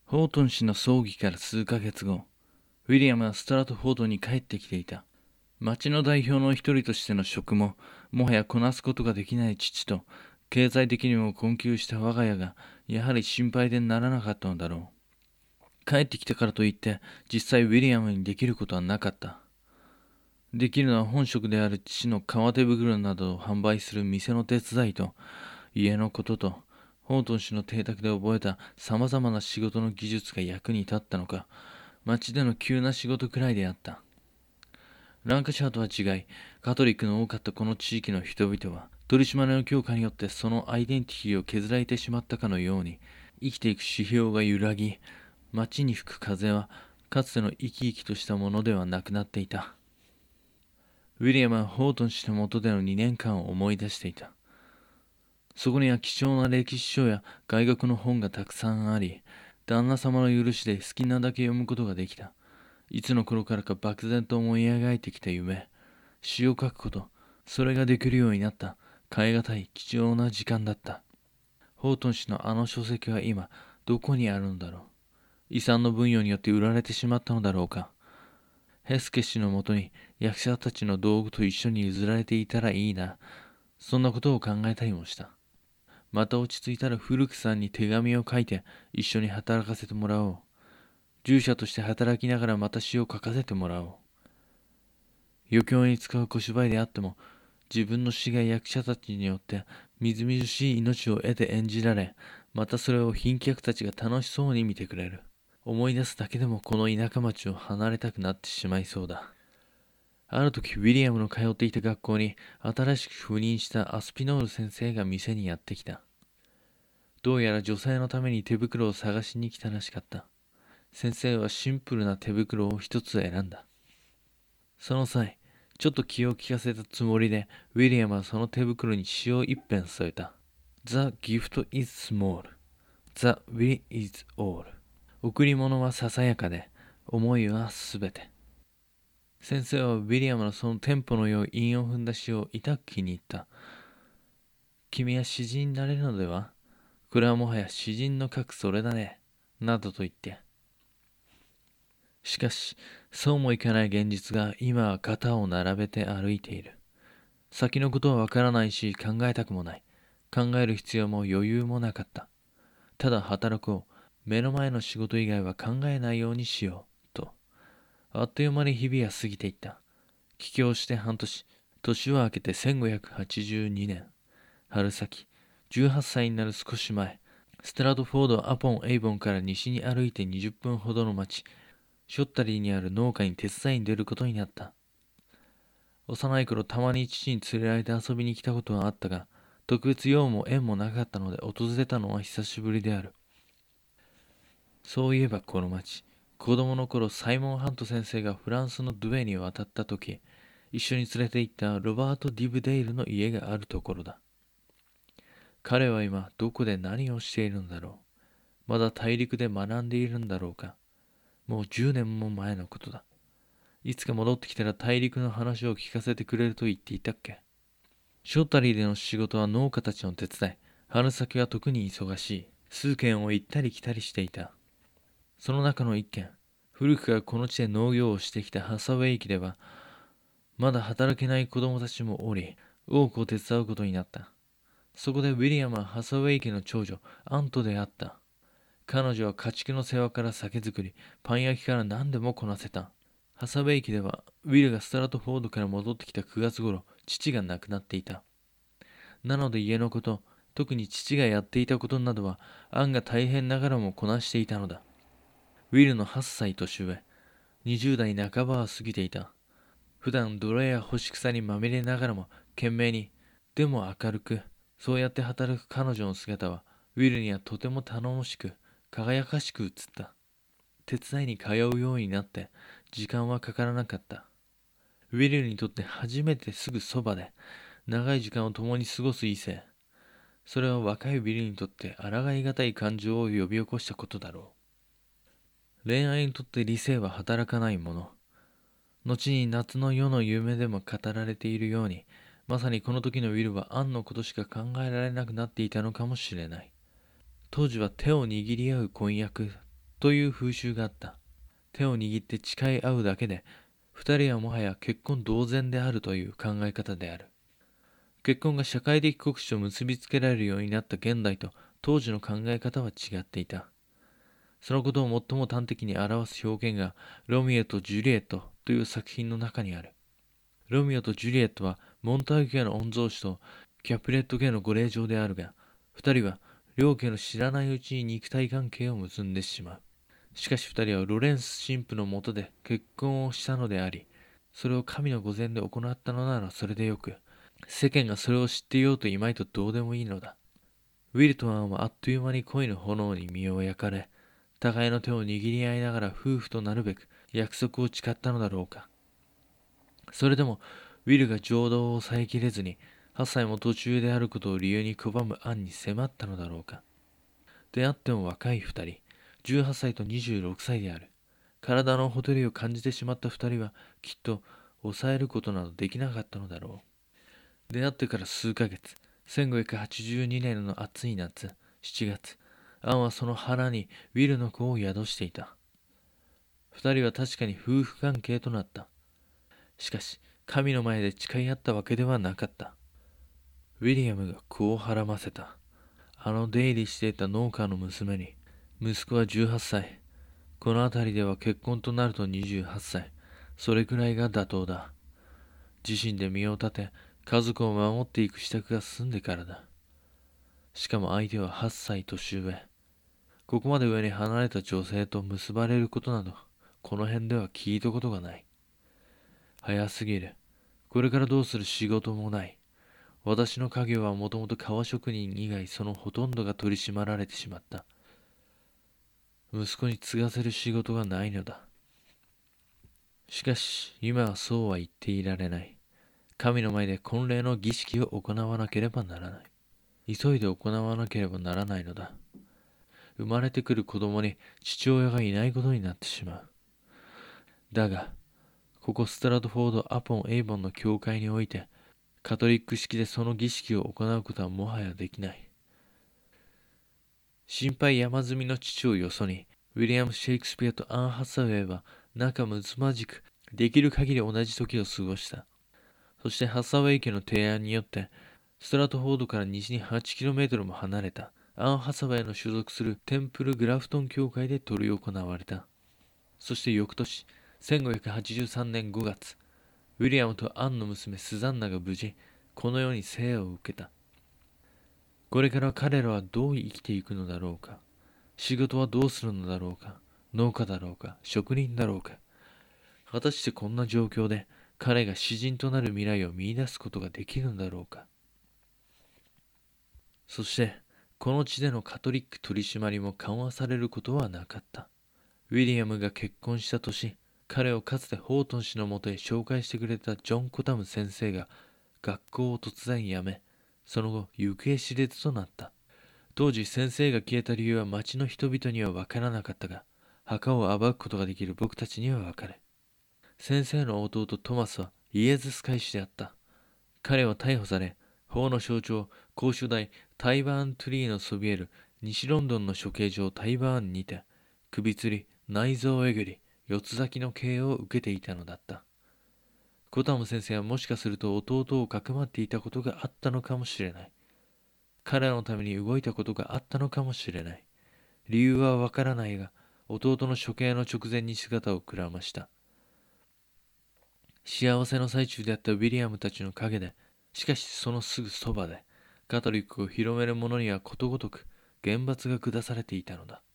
ホートン氏の葬儀から数ヶ月後、ウィリアムはストラトフォードに帰ってきていた。町の代表の一人としての職も、もはやこなすことができない父と、経済的にも困窮した我が家が、やはり心配でならなかったのだろう。帰ってきたからといって、実際ウィリアムにできることはなかった。できるのは本職である父の革手袋などを販売する店の手伝いと、家のことと、ホートン氏の邸宅で覚えた様々な仕事の技術が役に立ったのか、町での急な仕事くらいであった。ランカシャーとは違い、カトリックの多かったこの地域の人々は、取り締まりの強化によってそのアイデンティティを削られてしまったかのように、生きていく指標が揺らぎ、街に吹く風は、かつての生き生きとしたものではなくなっていた。ウィリアムはホートン氏の下での2年間を思い出していた。そこには貴重な歴史書や外国の本がたくさんあり、旦那様の許しで好きなだけ読むことができた。いつの頃からか漠然と思い描いてきた夢、詩を書くこと、それができるようになった変え難い貴重な時間だった。ホートン氏のあの書籍は今どこにあるのだろう。遺産の分与によって売られてしまったのだろうか。ヘスケ氏のもとに役者たちの道具と一緒に譲られていたらいいな。そんなことを考えたりもした。また落ち着いたら古木さんに手紙を書いて一緒に働かせてもらおう。従者として働きながらまた詩を書かせてもらおう。余興に使う小芝居であっても、自分の詩が役者たちによってみずみずしい命を得て演じられ、またそれを賓客たちが楽しそうに見てくれる。思い出すだけでもこの田舎町を離れたくなってしまいそうだ。ある時ウィリアムの通っていた学校に新しく赴任したアスピノール先生が店にやってきた。どうやら女性のために手袋を探しに来たらしかった。先生はシンプルな手袋を一つ選んだ。その際、ちょっと気を利かせたつもりで、ウィリアムはその手袋に詩を一編添えた。The gift is small.The will is all. 贈り物はささやかで、思いはすべて。先生はウィリアムのそのテンポの良い韻を踏んだ詩を痛く気に入った。君は詩人になれるのでは？これはもはや詩人の書くそれだね。などと言って。しかし、そうもいかない現実が今は肩を並べて歩いている。先のことはわからないし考えたくもない。考える必要も余裕もなかった。ただ働こう。目の前の仕事以外は考えないようにしよう。と。あっという間に日々は過ぎていった。帰郷して半年。年は明けて1582年。春先。18歳になる少し前。ストラトフォード・アポン・エイボンから西に歩いて20分ほどの町。ショッタリーにある農家に手伝いに出ることになった。幼い頃たまに父に連れられて遊びに来たことはあったが、特別用も縁もなかったので訪れたのは久しぶりである。そういえばこの町、子供の頃サイモン・ハント先生がフランスのドゥエに渡った時、一緒に連れて行ったロバート・ディブデイルの家があるところだ。彼は今どこで何をしているんだろう。まだ大陸で学んでいるんだろうか。もう10年も前のことだ。いつか戻ってきたら大陸の話を聞かせてくれると言っていたっけ。ショータリーでの仕事は農家たちの手伝い。春先は特に忙しい。数軒を行ったり来たりしていた。その中の一軒、古くからこの地で農業をしてきたハサウェイ駅では、まだ働けない子供たちもおり、多くを手伝うことになった。そこでウィリアムはハサウェイ家の長女、アンと出会った。彼女は家畜の世話から酒造り、パン焼きから何でもこなせた。ハサウェイ家では、ウィルがストラトフォードから戻ってきた9月頃、父が亡くなっていた。なので家のこと、特に父がやっていたことなどは、アンが大変ながらもこなしていたのだ。ウィルの8歳年上、20代半ばは過ぎていた。普段泥や干し草にまみれながらも、懸命に、でも明るく、そうやって働く彼女の姿は、ウィルにはとても頼もしく、輝かしく映った。手伝いに通うようになって、時間はかからなかった。ウィルにとって初めてすぐそばで、長い時間を共に過ごす異性。それは若いウィルにとって抗いがたい感情を呼び起こしたことだろう。恋愛にとって理性は働かないもの。後に夏の夜の夢でも語られているように、まさにこの時のウィルはアンのことしか考えられなくなっていたのかもしれない。当時は手を握り合う婚約という風習があった。手を握って誓い合うだけで、二人はもはや結婚同然であるという考え方である。結婚が社会的告知と結びつけられるようになった現代と当時の考え方は違っていた。そのことを最も端的に表す表現がロミオとジュリエットという作品の中にある。ロミオとジュリエットはモンターグ家の御曹司とキャプレット家のご令嬢であるが、二人は両家の知らないうちに肉体関係を結んでしまう。しかし二人はロレンス神父のもとで結婚をしたのであり、それを神の御前で行ったのならそれでよく、世間がそれを知っていようといまいとどうでもいいのだ。ウィルとアンはあっという間に恋の炎に身を焼かれ、互いの手を握り合いながら夫婦となるべく約束を誓ったのだろうか。それでもウィルが情動を抑えきれずに8歳も途中であることを理由に拒むアンに迫ったのだろうか。であっても若い二人、18歳と26歳である。体のほとりを感じてしまった二人はきっと抑えることなどできなかったのだろう。出会ってから数ヶ月、1582年の暑い夏、7月、アンはその腹にウィルの子を宿していた。二人は確かに夫婦関係となった。しかし、神の前で誓い合ったわけではなかった。ウィリアムが子をはらませた。あの出入りしていた農家の娘に、息子は18歳。この辺りでは結婚となると28歳。それくらいが妥当だ。自身で身を立て、家族を守っていく支度が済んでからだ。しかも相手は8歳年上。ここまで上に離れた女性と結ばれることなど、この辺では聞いたことがない。早すぎる。これからどうする仕事もない。私の家業はもともと革職人以外そのほとんどが取り締まられてしまった。息子に継がせる仕事がないのだ。しかし、今はそうは言っていられない。神の前で婚礼の儀式を行わなければならない。急いで行わなければならないのだ。生まれてくる子供に父親がいないことになってしまう。だが、ここストラトフォード・アポン・エイボンの教会において、カトリック式でその儀式を行うことはもはやできない。心配山積みの父をよそに、ウィリアム・シェイクスピアとアン・ハサウェイは仲睦まじく、できる限り同じ時を過ごした。そしてハサウェイ家の提案によって、ストラトフォードから西に 8km も離れたアン・ハサウェイの所属するテンプル・グラフトン教会で執り行われた。そして翌年、1583年5月、ウィリアムとアンの娘スザンナが無事、この世に生を受けた。これから彼らはどう生きていくのだろうか。仕事はどうするのだろうか。農家だろうか。職人だろうか。果たしてこんな状況で彼が詩人となる未来を見出すことができるのだろうか。そして、この地でのカトリック取り締まりも緩和されることはなかった。ウィリアムが結婚した年、彼をかつてホートン氏のもとへ紹介してくれたジョン・コタム先生が学校を突然辞め、その後行方知れずとなった。当時先生が消えた理由は町の人々には分からなかったが、墓を暴くことができる僕たちには分かる。先生の弟トマスはイエズス会士であった。彼は逮捕され、法の象徴、公主大タイバーントゥリーのそびえる西ロンドンの処刑場タイバーンにて、首吊り、内臓えぐり、四つ咲きの刑を受けていたのだった。コタム先生はもしかすると弟をかくまっていたことがあったのかもしれない。彼らのために動いたことがあったのかもしれない。理由はわからないが、弟の処刑の直前に姿をくらました。幸せの最中であったウィリアムたちの陰で、しかしそのすぐそばで、カトリックを広める者にはことごとく厳罰が下されていたのだ。